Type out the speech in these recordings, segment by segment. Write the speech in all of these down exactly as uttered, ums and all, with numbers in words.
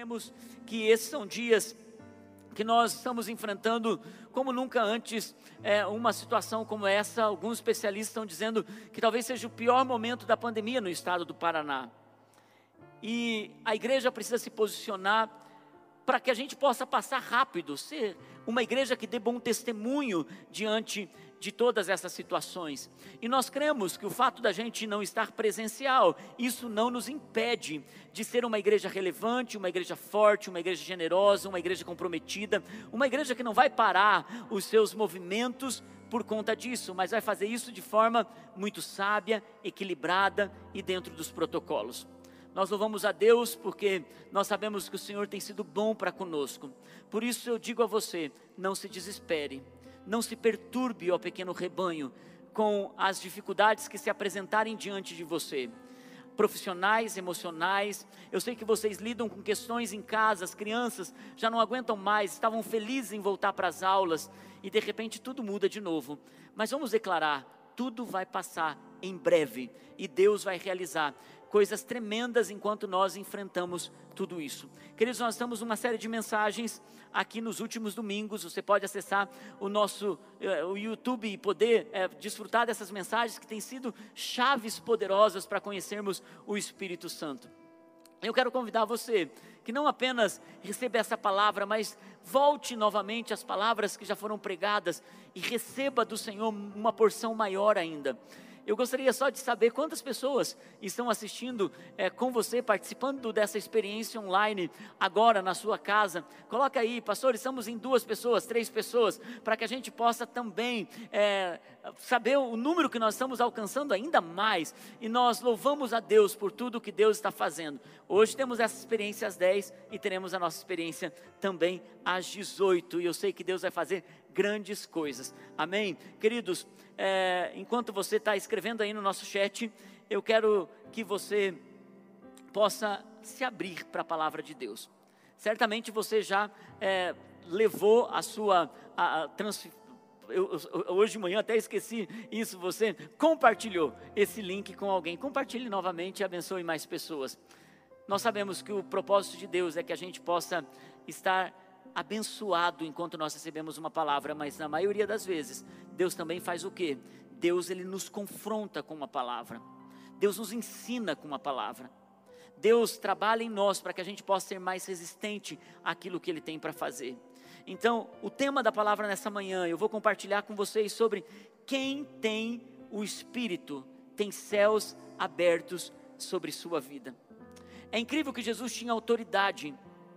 cremos que esses são dias que nós estamos enfrentando como nunca antes, é, uma situação como essa. Alguns especialistas estão dizendo que talvez seja o pior momento da pandemia no estado do Paraná. E a igreja precisa se posicionar para que a gente possa passar rápido, ser uma igreja que dê bom testemunho diante de todas essas situações. E nós cremos que o fato da gente não estar presencial, isso não nos impede de ser uma igreja relevante, uma igreja forte, uma igreja generosa, uma igreja comprometida, uma igreja que não vai parar os seus movimentos por conta disso, mas vai fazer isso de forma muito sábia, equilibrada e dentro dos protocolos. Nós louvamos a Deus porque nós sabemos que o Senhor tem sido bom para conosco. Por isso eu digo a você, não se desespere, não se perturbe, ó pequeno rebanho, com as dificuldades que se apresentarem diante de você. Profissionais, emocionais, eu sei que vocês lidam com questões em casa, as crianças já não aguentam mais, estavam felizes em voltar para as aulas e de repente tudo muda de novo. Mas vamos declarar, tudo vai passar em breve e Deus vai realizar coisas tremendas enquanto nós enfrentamos tudo isso. Queridos, nós estamos numa série de mensagens aqui nos últimos domingos. Você pode acessar o nosso uh, o YouTube e poder uh, desfrutar dessas mensagens que têm sido chaves poderosas para conhecermos o Espírito Santo. Eu quero convidar você que não apenas receba essa palavra, mas volte novamente às palavras que já foram pregadas e receba do Senhor uma porção maior ainda. Eu gostaria só de saber quantas pessoas estão assistindo é, com você, participando dessa experiência online, agora na sua casa. Coloca aí, pastor, estamos em duas pessoas, três pessoas, para que a gente possa também é, saber o número que nós estamos alcançando ainda mais. E nós louvamos a Deus por tudo que Deus está fazendo. Hoje temos essa experiência às dez e teremos a nossa experiência também às dezoito. E eu sei que Deus vai fazer grandes coisas, amém? Queridos, é, enquanto você está escrevendo aí no nosso chat, eu quero que você possa se abrir para a palavra de Deus. Certamente você já é, levou a sua a, a trans, eu, hoje de manhã até esqueci isso, você compartilhou esse link com alguém. Compartilhe novamente e abençoe mais pessoas. Nós sabemos que o propósito de Deus é que a gente possa estar abençoado enquanto nós recebemos uma palavra, mas na maioria das vezes, Deus também faz o quê? Deus, Ele nos confronta com uma palavra, Deus nos ensina com uma palavra, Deus trabalha em nós para que a gente possa ser mais resistente àquilo que Ele tem para fazer. Então, o tema da palavra nessa manhã, eu vou compartilhar com vocês sobre quem tem o Espírito, tem céus abertos sobre sua vida. É incrível que Jesus tinha autoridade,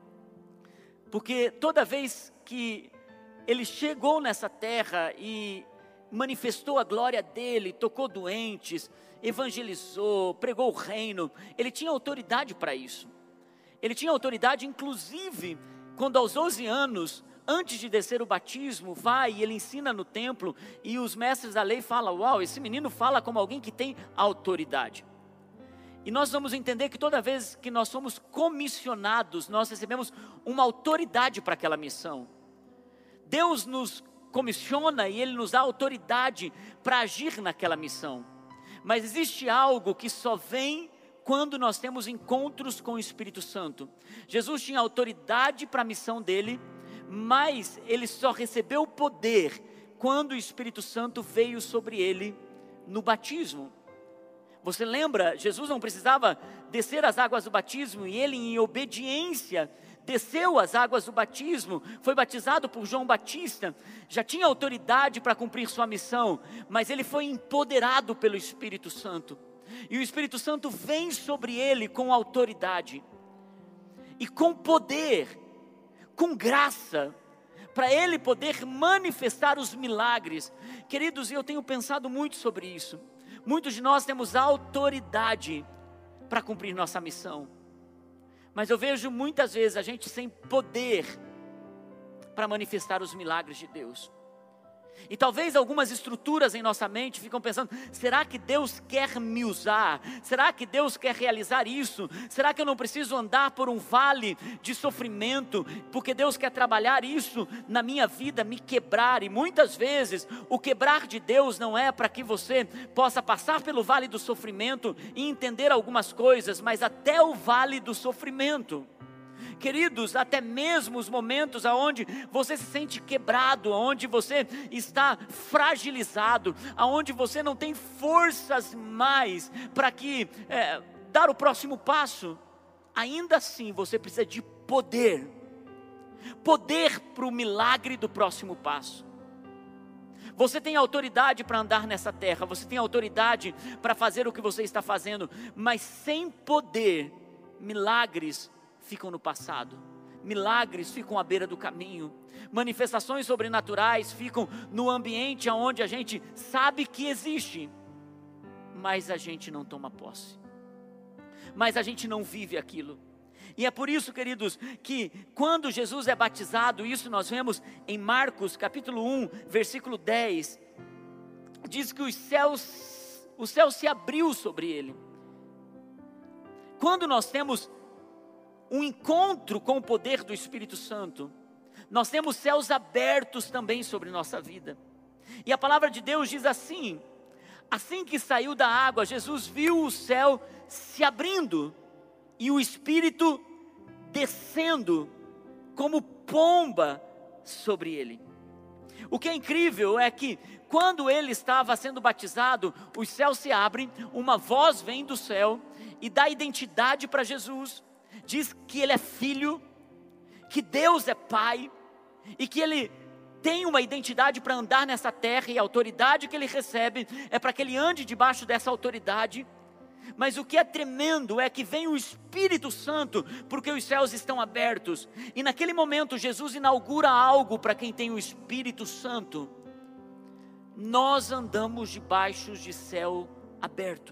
porque toda vez que Ele chegou nessa terra e manifestou a glória dEle, tocou doentes, evangelizou, pregou o reino, Ele tinha autoridade para isso. Ele tinha autoridade, inclusive, quando aos doze anos, antes de descer o batismo, vai e Ele ensina no templo, e os mestres da lei falam, uau, esse menino fala como alguém que tem autoridade. E nós vamos entender que toda vez que nós somos comissionados, nós recebemos uma autoridade para aquela missão. Deus nos comissiona e Ele nos dá autoridade para agir naquela missão. Mas existe algo que só vem quando nós temos encontros com o Espírito Santo. Jesus tinha autoridade para a missão dele, mas Ele só recebeu o poder quando o Espírito Santo veio sobre Ele no batismo. Você lembra, Jesus não precisava descer as águas do batismo e Ele, em obediência, desceu as águas do batismo, foi batizado por João Batista, já tinha autoridade para cumprir sua missão, mas Ele foi empoderado pelo Espírito Santo, e o Espírito Santo vem sobre Ele com autoridade, e com poder, com graça, para Ele poder manifestar os milagres. Queridos, eu tenho pensado muito sobre isso. Muitos de nós temos autoridade para cumprir nossa missão, mas eu vejo muitas vezes a gente sem poder para manifestar os milagres de Deus. E talvez algumas estruturas em nossa mente ficam pensando, será que Deus quer me usar? Será que Deus quer realizar isso? Será que eu não preciso andar por um vale de sofrimento? Porque Deus quer trabalhar isso na minha vida, me quebrar. E muitas vezes o quebrar de Deus não é para que você possa passar pelo vale do sofrimento e entender algumas coisas, mas até o vale do sofrimento. Queridos, até mesmo os momentos onde você se sente quebrado, onde você está fragilizado, onde você não tem forças mais para que é, dar o próximo passo, ainda assim você precisa de poder, poder para o milagre do próximo passo. Você tem autoridade para andar nessa terra, você tem autoridade para fazer o que você está fazendo, mas sem poder, milagres ficam no passado, milagres ficam à beira do caminho, manifestações sobrenaturais ficam no ambiente onde a gente sabe que existe, mas a gente não toma posse, mas a gente não vive aquilo. E é por isso, queridos, que quando Jesus é batizado, isso nós vemos em Marcos capítulo um, versículo dez, diz que os céus, o céu se abriu sobre ele. Quando nós temos um encontro com o poder do Espírito Santo, nós temos céus abertos também sobre nossa vida. E a palavra de Deus diz assim: assim que saiu da água, Jesus viu o céu se abrindo e o Espírito descendo como pomba sobre ele. O que é incrível é que quando ele estava sendo batizado, os céus se abrem, uma voz vem do céu e dá identidade para Jesus, diz que ele é filho, que Deus é pai e que ele tem uma identidade para andar nessa terra, e a autoridade que ele recebe é para que ele ande debaixo dessa autoridade. Mas o que é tremendo é que vem o Espírito Santo, porque os céus estão abertos, e naquele momento Jesus inaugura algo para quem tem o Espírito Santo. Nós andamos debaixo de céu aberto.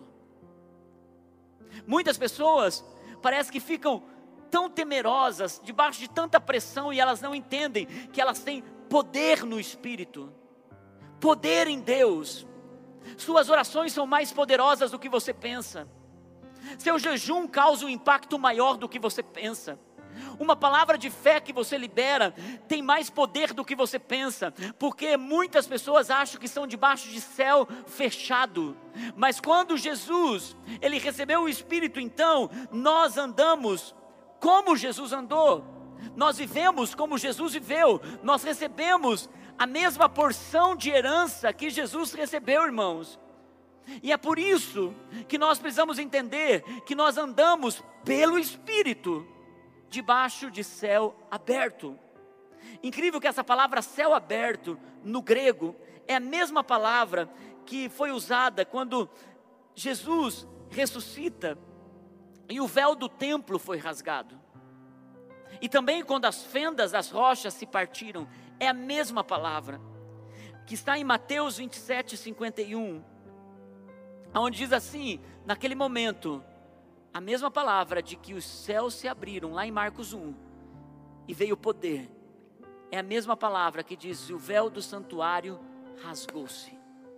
Muitas pessoas parece que ficam tão temerosas, debaixo de tanta pressão, e elas não entendem que elas têm poder no Espírito, poder em Deus. Suas orações são mais poderosas do que você pensa. Seu jejum causa um impacto maior do que você pensa. Uma palavra de fé que você libera tem mais poder do que você pensa, porque muitas pessoas acham que estão debaixo de céu fechado, mas quando Jesus, ele recebeu o Espírito, então nós andamos como Jesus andou, nós vivemos como Jesus viveu, nós recebemos a mesma porção de herança que Jesus recebeu, irmãos. E é por isso que nós precisamos entender que nós andamos pelo Espírito, debaixo de céu aberto. Incrível que essa palavra céu aberto, no grego, é a mesma palavra que foi usada quando Jesus ressuscita e o véu do templo foi rasgado. E também quando as fendas das rochas se partiram, é a mesma palavra, que está em Mateus vinte e sete, cinquenta e um, onde diz assim, naquele momento, a mesma palavra de que os céus se abriram, lá em Marcos um, e veio o poder, é a mesma palavra que diz, o véu do santuário rasgou-se.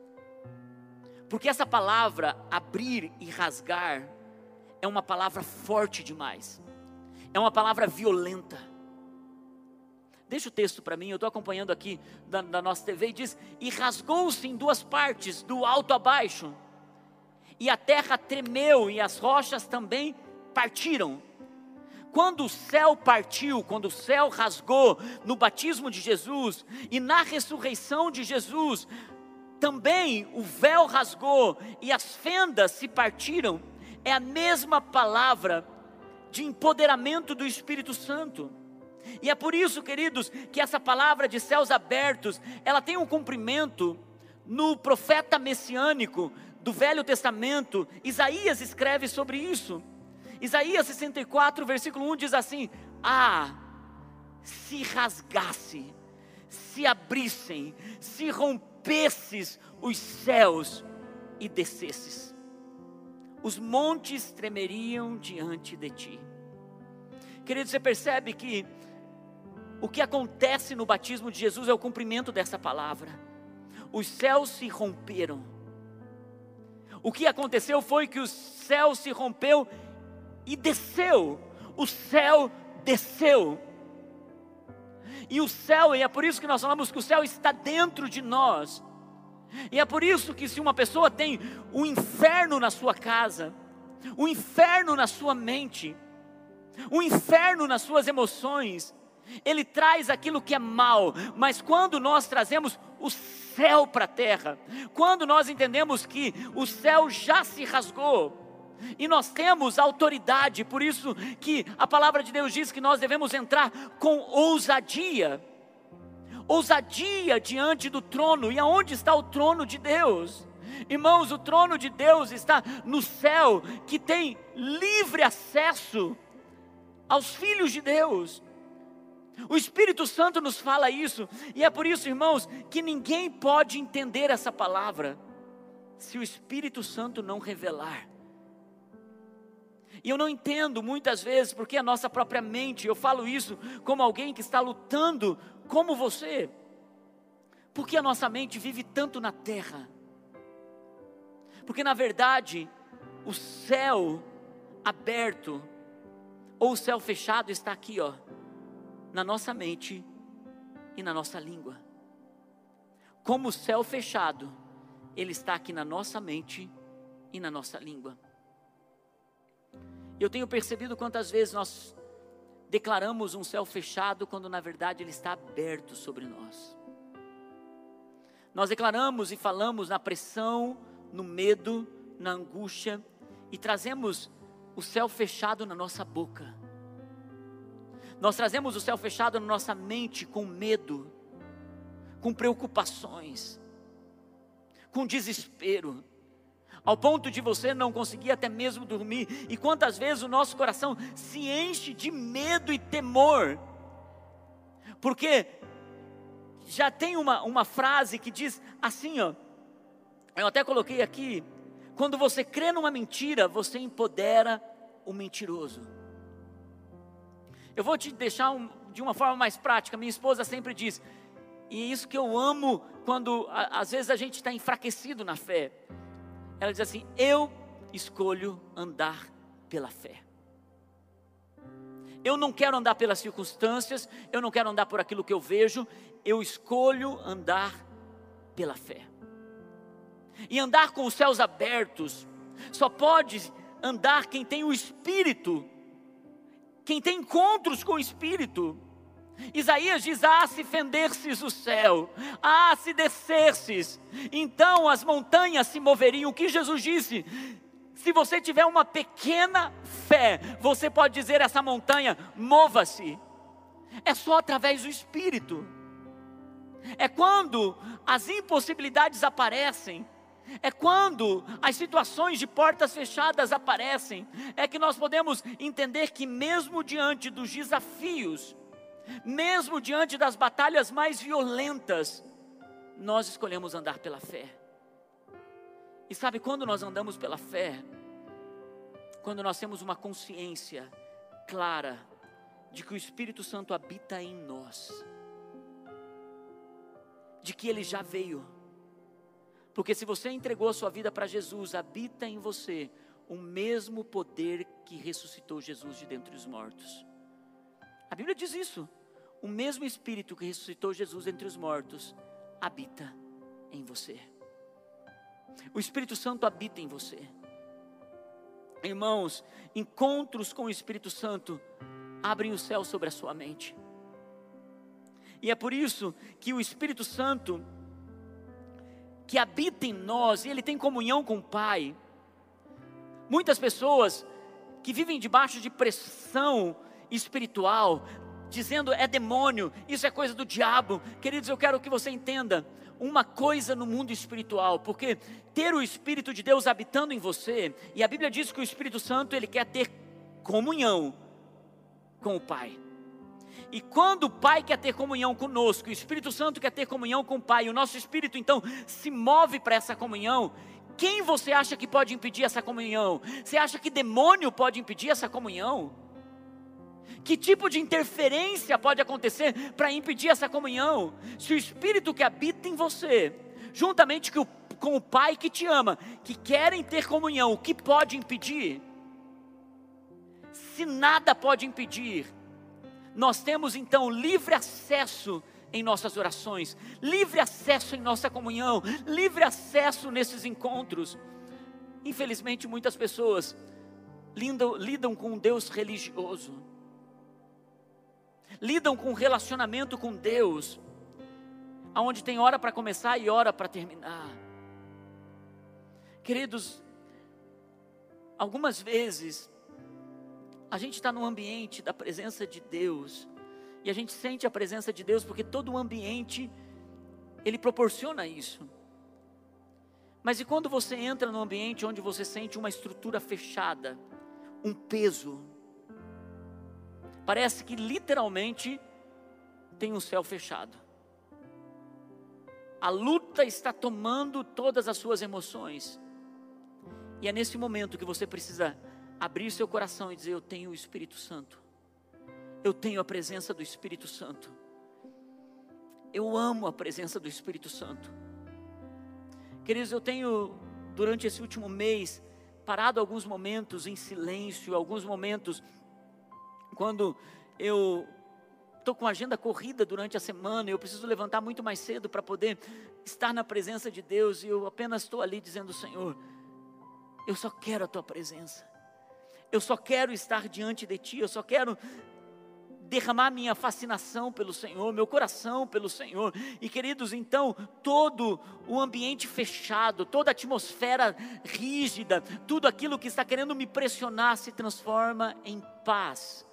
Porque essa palavra, abrir e rasgar, é uma palavra forte demais, é uma palavra violenta. Deixa o texto para mim, eu estou acompanhando aqui da, da nossa T V, e diz, e rasgou-se em duas partes, do alto a baixo, e a terra tremeu, e as rochas também partiram. Quando o céu partiu, quando o céu rasgou, no batismo de Jesus, e na ressurreição de Jesus, também o véu rasgou, e as fendas se partiram, é a mesma palavra de empoderamento do Espírito Santo. E é por isso, queridos, que essa palavra de céus abertos, ela tem um cumprimento no profeta messiânico do Velho Testamento. Isaías escreve sobre isso. Isaías sessenta e quatro, versículo um diz assim, ah, se rasgasse, se abrissem, se rompesses os céus e descesses, os montes tremeriam diante de ti. Querido, você percebe que o que acontece no batismo de Jesus é o cumprimento dessa palavra. Os céus se romperam. O que aconteceu foi que o céu se rompeu e desceu. O céu desceu. E o céu, e é por isso que nós falamos que o céu está dentro de nós. E é por isso que se uma pessoa tem o inferno na sua casa, o inferno na sua mente, O inferno nas suas emoções, ele traz aquilo que é mal, mas quando nós trazemos o céu para a terra, quando nós entendemos que o céu já se rasgou, e nós temos autoridade, por isso que a palavra de Deus diz que nós devemos entrar com ousadia, ousadia diante do trono. E aonde está o trono de Deus? Irmãos, o trono de Deus está no céu, que tem livre acesso aos filhos de Deus. O Espírito Santo nos fala isso, e é por isso, irmãos, que ninguém pode entender essa palavra, se o Espírito Santo não revelar. E eu não entendo muitas vezes, porque a nossa própria mente, eu falo isso como alguém que está lutando como você, porque a nossa mente vive tanto na terra, porque na verdade, o céu aberto, ou o céu fechado está aqui, ó, na nossa mente e na nossa língua. Como o céu fechado, ele está aqui na nossa mente e na nossa língua. Eu tenho percebido quantas vezes nós declaramos um céu fechado, quando na verdade ele está aberto sobre nós. Nós declaramos e falamos na pressão, no medo, na angústia, e trazemos o céu fechado na nossa boca. Nós trazemos o céu fechado na nossa mente com medo, com preocupações, com desespero, ao ponto de você não conseguir até mesmo dormir. E quantas vezes o nosso coração se enche de medo e temor, porque já tem uma, uma frase que diz assim, ó, eu até coloquei aqui: quando você crê numa mentira, você empodera o mentiroso. Eu vou te deixar um, de uma forma mais prática. Minha esposa sempre diz, e é isso que eu amo, quando a, às vezes a gente está enfraquecido na fé. Ela diz assim: eu escolho andar pela fé. Eu não quero andar pelas circunstâncias, eu não quero andar por aquilo que eu vejo, eu escolho andar pela fé. E andar com os céus abertos, só pode andar quem tem o Espírito, quem tem encontros com o Espírito. Isaías diz: ah, se fendesses o céu, ah, se descesses, então as montanhas se moveriam. O que Jesus disse? Se você tiver uma pequena fé, você pode dizer a essa montanha: mova-se. É só através do Espírito. É quando as impossibilidades aparecem, é quando as situações de portas fechadas aparecem, é que nós podemos entender que mesmo diante dos desafios, mesmo diante das batalhas mais violentas, nós escolhemos andar pela fé. E sabe, quando nós andamos pela fé, quando nós temos uma consciência clara de que o Espírito Santo habita em nós, de que Ele já veio, porque se você entregou a sua vida para Jesus, habita em você o mesmo poder que ressuscitou Jesus de dentre os mortos. A Bíblia diz isso: o mesmo Espírito que ressuscitou Jesus dentre os mortos habita em você. O Espírito Santo habita em você. Irmãos, encontros com o Espírito Santo abrem o céu sobre a sua mente. E é por isso que o Espírito Santo, que habita em nós, e Ele tem comunhão com o Pai. Muitas pessoas que vivem debaixo de pressão espiritual, dizendo é demônio, isso é coisa do diabo. Queridos, eu quero que você entenda uma coisa no mundo espiritual, porque ter o Espírito de Deus habitando em você, e a Bíblia diz que o Espírito Santo, ele quer ter comunhão com o Pai. E quando o Pai quer ter comunhão conosco, o Espírito Santo quer ter comunhão com o Pai, o nosso Espírito então se move para essa comunhão. Quem você acha que pode impedir essa comunhão? Você acha que demônio pode impedir essa comunhão? Que tipo de interferência pode acontecer para impedir essa comunhão? Se o Espírito que habita em você, juntamente com o, com o Pai que te ama, que querem ter comunhão, o que pode impedir? Se nada pode impedir, nós temos então livre acesso em nossas orações, livre acesso em nossa comunhão, livre acesso nesses encontros. Infelizmente muitas pessoas lidam, lidam com um Deus religioso, lidam com um relacionamento com Deus, onde tem hora para começar e hora para terminar. Queridos, algumas vezes, a gente está num ambiente da presença de Deus, e a gente sente a presença de Deus, porque todo o ambiente, ele proporciona isso. Mas e quando você entra num ambiente onde você sente uma estrutura fechada, um peso, parece que literalmente tem um céu fechado. A luta está tomando todas as suas emoções. E é nesse momento que você precisa abrir seu coração e dizer: eu tenho o Espírito Santo. Eu tenho a presença do Espírito Santo. Eu amo a presença do Espírito Santo. Queridos, eu tenho, durante esse último mês, parado alguns momentos em silêncio, alguns momentos quando eu estou com a agenda corrida durante a semana, eu preciso levantar muito mais cedo para poder estar na presença de Deus, e eu apenas estou ali dizendo: Senhor, eu só quero a Tua presença, eu só quero estar diante de Ti, eu só quero derramar minha fascinação pelo Senhor, meu coração pelo Senhor. E queridos, então, todo o ambiente fechado, toda a atmosfera rígida, tudo aquilo que está querendo me pressionar se transforma em paz,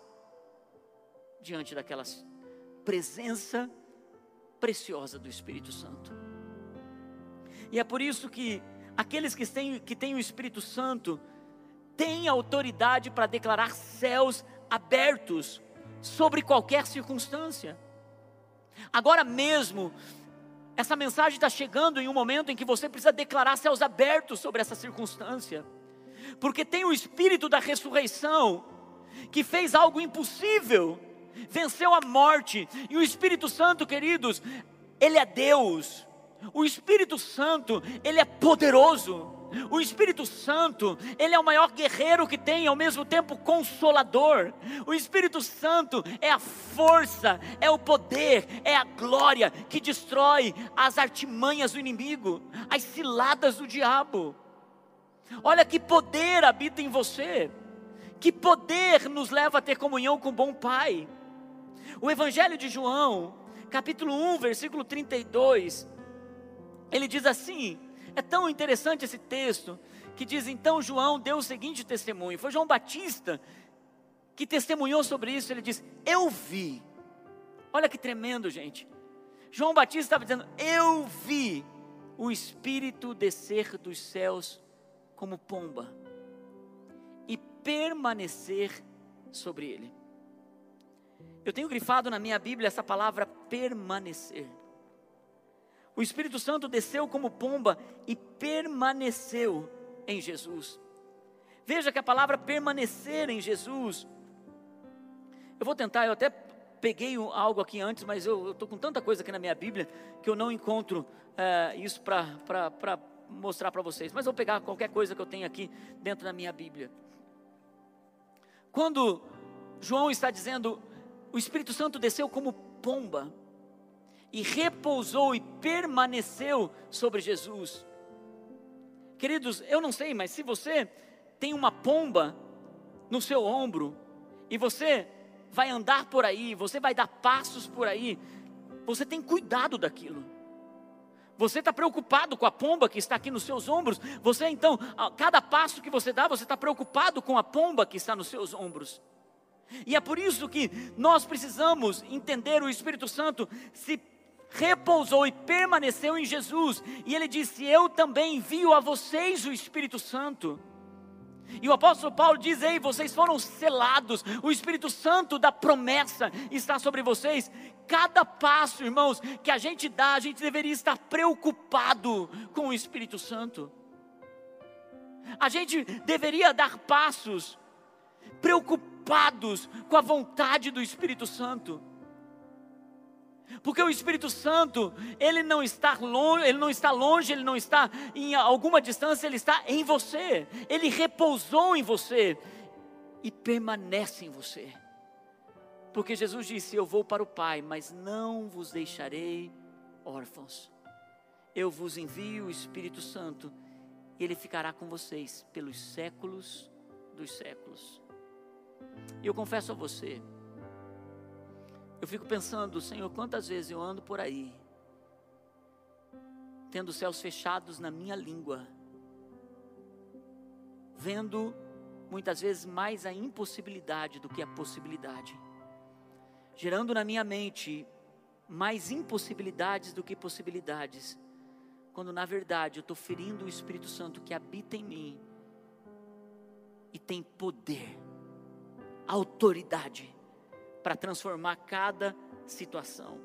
diante daquela presença preciosa do Espírito Santo. E é por isso que aqueles que têm, que têm o Espírito Santo, têm autoridade para declarar céus abertos, sobre qualquer circunstância. Agora mesmo, essa mensagem está chegando em um momento em que você precisa declarar céus abertos sobre essa circunstância, porque tem o Espírito da ressurreição, que fez algo impossível, venceu a morte. E o Espírito Santo, queridos, Ele é Deus. O Espírito Santo, Ele é poderoso. O Espírito Santo, Ele é o maior guerreiro que tem, ao mesmo tempo consolador. O Espírito Santo é a força, é o poder, é a glória que destrói as artimanhas do inimigo, as ciladas do diabo. Olha que poder habita em você, que poder nos leva a ter comunhão com o bom Pai. O Evangelho de João, capítulo um, versículo trinta e dois, ele diz assim. É tão interessante esse texto, que diz: então João deu o seguinte testemunho. Foi João Batista que testemunhou sobre isso. Ele diz: eu vi. Olha que tremendo, gente. João Batista estava dizendo: eu vi o Espírito descer dos céus como pomba e permanecer sobre ele. Eu tenho grifado na minha Bíblia essa palavra permanecer. O Espírito Santo desceu como pomba e permaneceu em Jesus. Veja que a palavra permanecer em Jesus, eu vou tentar, eu até peguei algo aqui antes, mas eu estou com tanta coisa aqui na minha Bíblia, que eu não encontro uh, isso para mostrar para vocês. Mas eu vou pegar qualquer coisa que eu tenho aqui dentro da minha Bíblia. Quando João está dizendo, o Espírito Santo desceu como pomba, e repousou e permaneceu sobre Jesus. Queridos, eu não sei, mas se você tem uma pomba no seu ombro, e você vai andar por aí, você vai dar passos por aí, você tem cuidado daquilo. Você está preocupado com a pomba que está aqui nos seus ombros. Você então, a cada passo que você dá, você está preocupado com a pomba que está nos seus ombros. E é por isso que nós precisamos entender: o Espírito Santo se repousou e permaneceu em Jesus, e Ele disse: eu também envio a vocês o Espírito Santo. E o apóstolo Paulo diz: ei, vocês foram selados, o Espírito Santo da promessa está sobre vocês. Cada passo, irmãos, que a gente dá, a gente deveria estar preocupado com o Espírito Santo. A gente deveria dar passos preocupados com a vontade do Espírito Santo. Porque o Espírito Santo, Ele não está longe, Ele não está longe, Ele não está em alguma distância, Ele está em você. Ele repousou em você e permanece em você. Porque Jesus disse: eu vou para o Pai, mas não vos deixarei órfãos. Eu vos envio o Espírito Santo, e Ele ficará com vocês pelos séculos dos séculos. E eu confesso a você, eu fico pensando, Senhor, quantas vezes eu ando por aí, tendo os céus fechados na minha língua, vendo muitas vezes mais a impossibilidade do que a possibilidade, gerando na minha mente mais impossibilidades do que possibilidades, quando na verdade eu estou ferindo o Espírito Santo que habita em mim e tem poder, autoridade para transformar cada situação.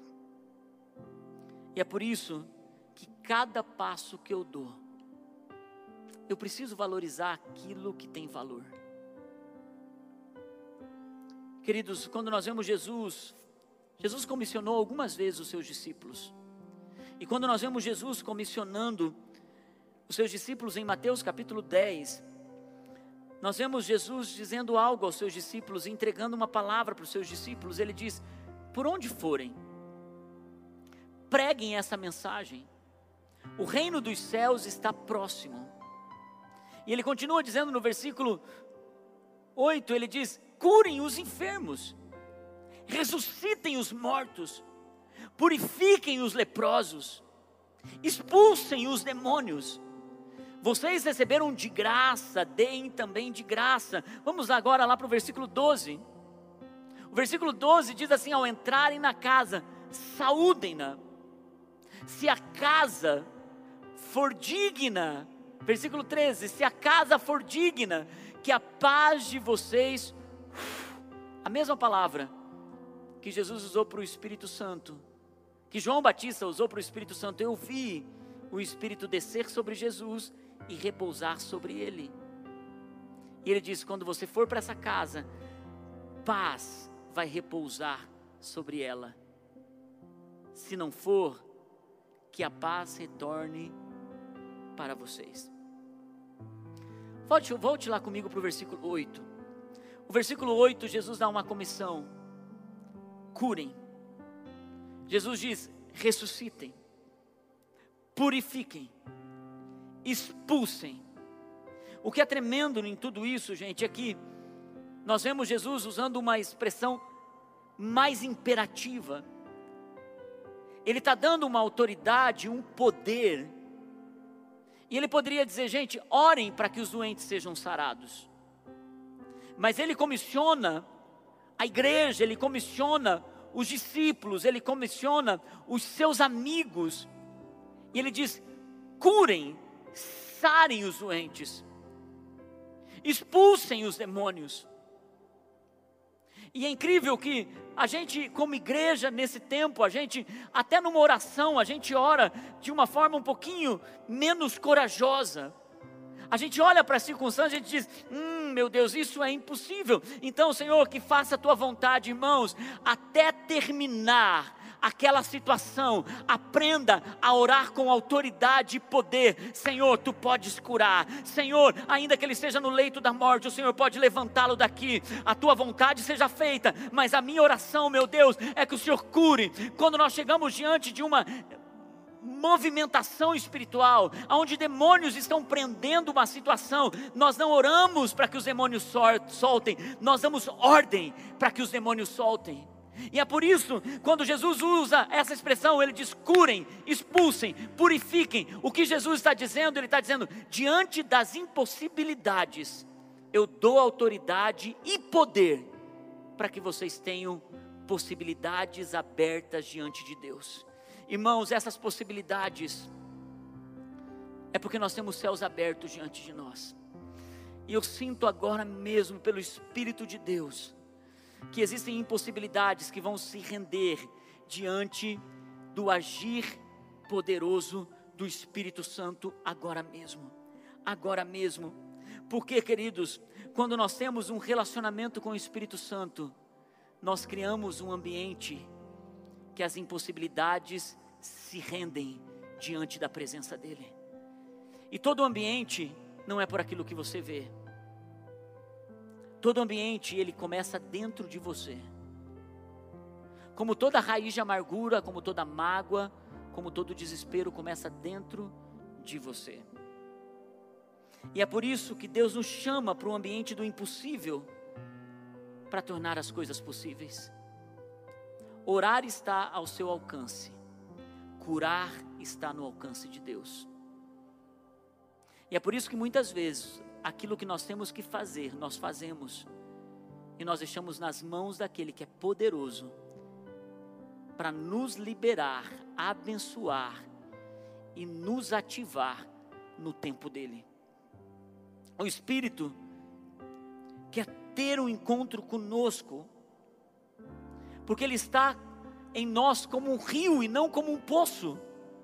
E é por isso que cada passo que eu dou, eu preciso valorizar aquilo que tem valor. Queridos, quando nós vemos Jesus, Jesus comissionou algumas vezes os seus discípulos. E quando nós vemos Jesus comissionando os seus discípulos em Mateus capítulo dez, nós vemos Jesus dizendo algo aos seus discípulos, entregando uma palavra para os seus discípulos. Ele diz: por onde forem, preguem essa mensagem. O reino dos céus está próximo. E ele continua dizendo no versículo oito, ele diz: curem os enfermos, ressuscitem os mortos, purifiquem os leprosos, expulsem os demônios. Vocês receberam de graça, deem também de graça. Vamos agora lá para o versículo doze. O versículo doze diz assim: ao entrarem na casa, saúdem-na. Se a casa for digna, versículo treze, se a casa for digna, que a paz de vocês, a mesma palavra que Jesus usou para o Espírito Santo, que João Batista usou para o Espírito Santo, eu vi o Espírito descer sobre Jesus e repousar sobre ele. E ele diz: quando você for para essa casa, paz vai repousar sobre ela. Se não for, que a paz retorne para vocês. Volte, volte lá comigo para o versículo oito. O versículo oito, Jesus dá uma comissão: curem. Jesus diz: ressuscitem, purifiquem, expulsem. O que é tremendo em tudo isso, gente, é que nós vemos Jesus usando uma expressão mais imperativa. Ele está dando uma autoridade, um poder. E ele poderia dizer: gente, orem para que os doentes sejam sarados. Mas ele comissiona a igreja, ele comissiona os discípulos, ele comissiona os seus amigos. E ele diz: curem, sarem os doentes, expulsem os demônios. E é incrível que a gente, como igreja, nesse tempo, a gente, até numa oração, a gente ora de uma forma um pouquinho menos corajosa. A gente olha para a circunstância e a gente diz: hum, meu Deus, isso é impossível. Então, Senhor, que faça a tua vontade, irmãos, até terminar aquela situação. Aprenda a orar com autoridade e poder. Senhor, tu podes curar. Senhor, ainda que ele esteja no leito da morte, o Senhor pode levantá-lo daqui. A tua vontade seja feita, mas a minha oração, meu Deus, é que o Senhor cure. Quando nós chegamos diante de uma movimentação espiritual, onde demônios estão prendendo uma situação, nós não oramos para que os demônios soltem, nós damos ordem para que os demônios soltem. E é por isso, quando Jesus usa essa expressão, ele diz: curem, expulsem, purifiquem. O que Jesus está dizendo? Ele está dizendo: diante das impossibilidades, eu dou autoridade e poder para que vocês tenham possibilidades abertas diante de Deus. Irmãos, essas possibilidades é porque nós temos céus abertos diante de nós. E eu sinto agora mesmo, pelo Espírito de Deus, que existem impossibilidades que vão se render diante do agir poderoso do Espírito Santo agora mesmo, agora mesmo. Porque, queridos, quando nós temos um relacionamento com o Espírito Santo, nós criamos um ambiente que as impossibilidades se rendem diante da presença dEle. E todo ambiente não é por aquilo que você vê. Todo ambiente, ele começa dentro de você. Como toda raiz de amargura, como toda mágoa, como todo desespero, começa dentro de você. E é por isso que Deus nos chama para o ambiente do impossível, para tornar as coisas possíveis. Orar está ao seu alcance, curar está no alcance de Deus. E é por isso que muitas vezes, aquilo que nós temos que fazer, nós fazemos, e nós deixamos nas mãos daquele que é poderoso, para nos liberar, abençoar e nos ativar no tempo dele. O Espírito quer ter um encontro conosco, porque Ele está em nós como um rio e não como um poço.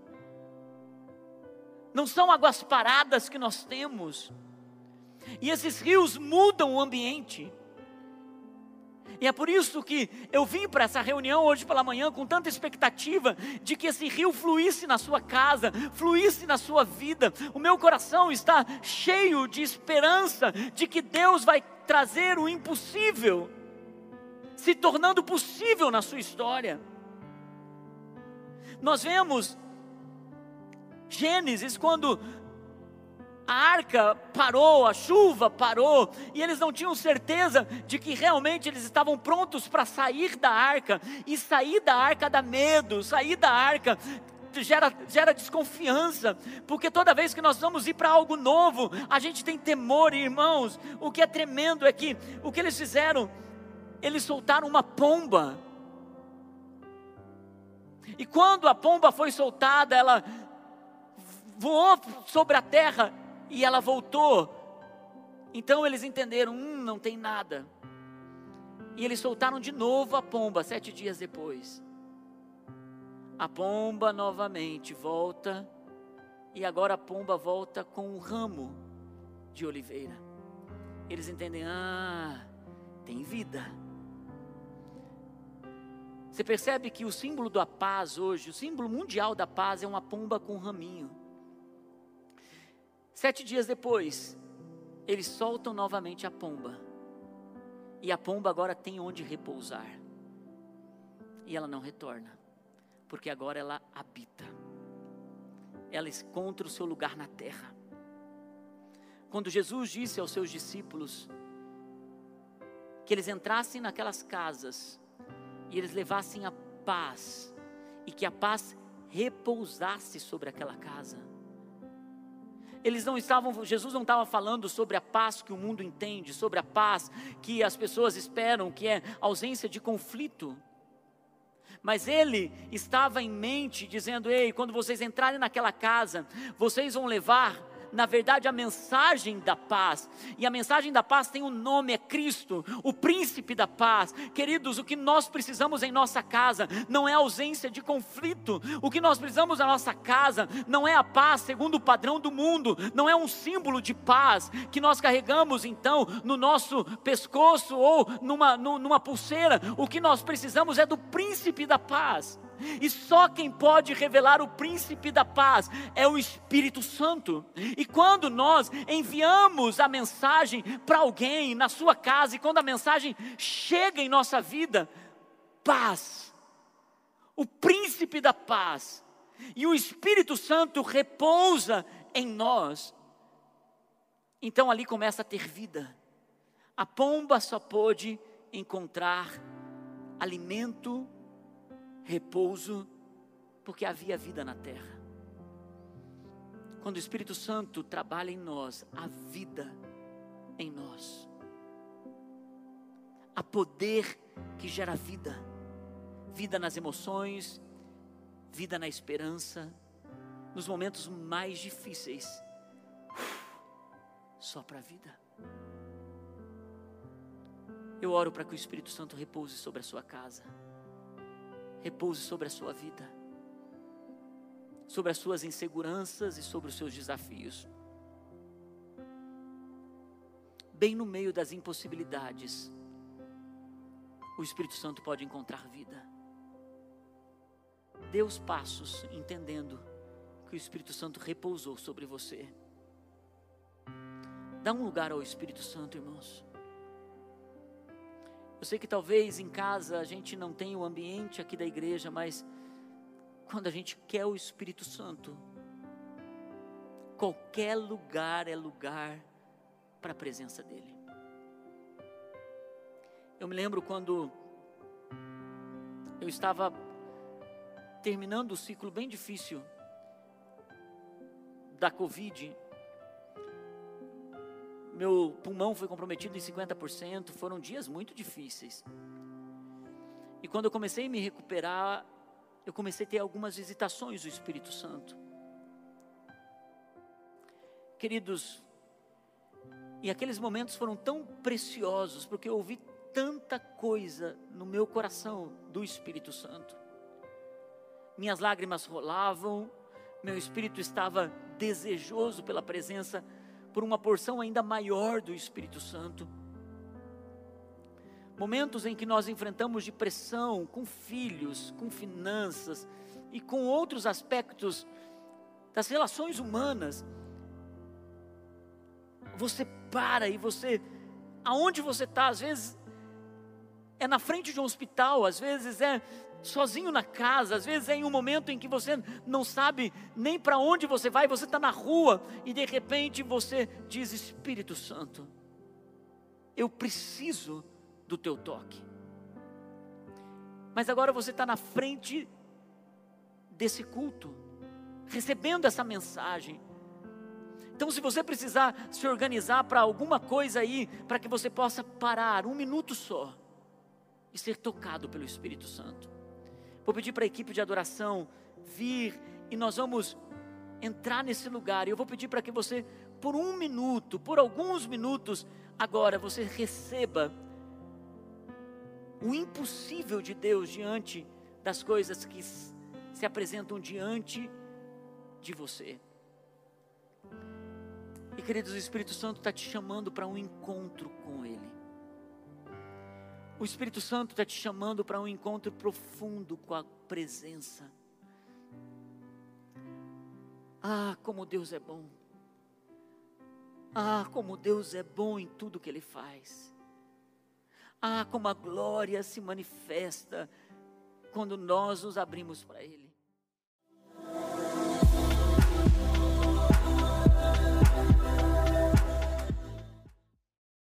Não são águas paradas que nós temos, e esses rios mudam o ambiente. E é por isso que eu vim para essa reunião hoje pela manhã com tanta expectativa de que esse rio fluísse na sua casa, fluísse na sua vida. O meu coração está cheio de esperança de que Deus vai trazer o impossível, se tornando possível na sua história. Nós vemos Gênesis, quando a arca parou, a chuva parou, e eles não tinham certeza de que realmente eles estavam prontos para sair da arca, e sair da arca dá medo, sair da arca gera, gera desconfiança, porque toda vez que nós vamos ir para algo novo, a gente tem temor. E, irmãos, o que é tremendo é que, o que eles fizeram, eles soltaram uma pomba, e quando a pomba foi soltada, ela voou sobre a terra, e ela voltou. Então eles entenderam, hum, não tem nada. E eles soltaram de novo a pomba, sete dias depois. A pomba novamente volta, e agora a pomba volta com um ramo de oliveira. Eles entendem, ah, tem vida. Você percebe que o símbolo da paz hoje, o símbolo mundial da paz é uma pomba com um raminho. Sete dias depois, eles soltam novamente a pomba, e a pomba agora tem onde repousar, e ela não retorna, porque agora ela habita, ela encontra o seu lugar na terra. Quando Jesus disse aos seus discípulos que eles entrassem naquelas casas, e eles levassem a paz, e que a paz repousasse sobre aquela casa, eles não estavam, Jesus não estava falando sobre a paz que o mundo entende, sobre a paz que as pessoas esperam, que é ausência de conflito. Mas Ele estava em mente dizendo, ei, quando vocês entrarem naquela casa, vocês vão levar, na verdade, a mensagem da paz. E a mensagem da paz tem um nome, é Cristo, o príncipe da paz. Queridos, o que nós precisamos em nossa casa não é ausência de conflito. O que nós precisamos na nossa casa não é a paz segundo o padrão do mundo, não é um símbolo de paz que nós carregamos então no nosso pescoço ou numa, numa pulseira. O que nós precisamos é do príncipe da paz. E só quem pode revelar o príncipe da paz é o Espírito Santo. E quando nós enviamos a mensagem para alguém na sua casa, e quando a mensagem chega em nossa vida, paz, o príncipe da paz, e o Espírito Santo repousa em nós, então ali começa a ter vida. A pomba só pôde encontrar alimento, repouso, porque havia vida na terra. Quando o Espírito Santo trabalha em nós, há vida em nós, há poder que gera vida, vida nas emoções, vida na esperança, nos momentos mais difíceis, sopra a vida. Eu oro para que o Espírito Santo repouse sobre a sua casa, repouse sobre a sua vida, sobre as suas inseguranças e sobre os seus desafios. Bem no meio das impossibilidades, o Espírito Santo pode encontrar vida. Dê os passos entendendo que o Espírito Santo repousou sobre você. Dá um lugar ao Espírito Santo, irmãos. Eu sei que talvez em casa a gente não tenha o ambiente aqui da igreja, mas quando a gente quer o Espírito Santo, qualquer lugar é lugar para a presença dEle. Eu me lembro quando eu estava terminando o ciclo bem difícil da Covid. Meu pulmão foi comprometido em cinquenta por cento, foram dias muito difíceis. E quando eu comecei a me recuperar, eu comecei a ter algumas visitações do Espírito Santo. Queridos, e aqueles momentos foram tão preciosos, porque eu ouvi tanta coisa no meu coração do Espírito Santo. Minhas lágrimas rolavam, meu espírito estava desejoso pela presença, por uma porção ainda maior do Espírito Santo. Momentos em que nós enfrentamos de pressão com filhos, com finanças e com outros aspectos das relações humanas. Você para e você, aonde você está, às vezes é na frente de um hospital, às vezes é sozinho na casa, às vezes é em um momento em que você não sabe nem para onde você vai, você está na rua e de repente você diz: Espírito Santo, eu preciso do teu toque. Mas agora você está na frente desse culto, recebendo essa mensagem. Então, se você precisar se organizar para alguma coisa aí, para que você possa parar um minuto só e ser tocado pelo Espírito Santo, vou pedir para a equipe de adoração vir e nós vamos entrar nesse lugar. E eu vou pedir para que você, por um minuto, por alguns minutos, agora você receba o impossível de Deus diante das coisas que se apresentam diante de você. E queridos, o Espírito Santo está te chamando para um encontro com Ele. O Espírito Santo está te chamando para um encontro profundo com a presença. Ah, como Deus é bom. Ah, como Deus é bom em tudo que Ele faz. Ah, como a glória se manifesta quando nós nos abrimos para Ele.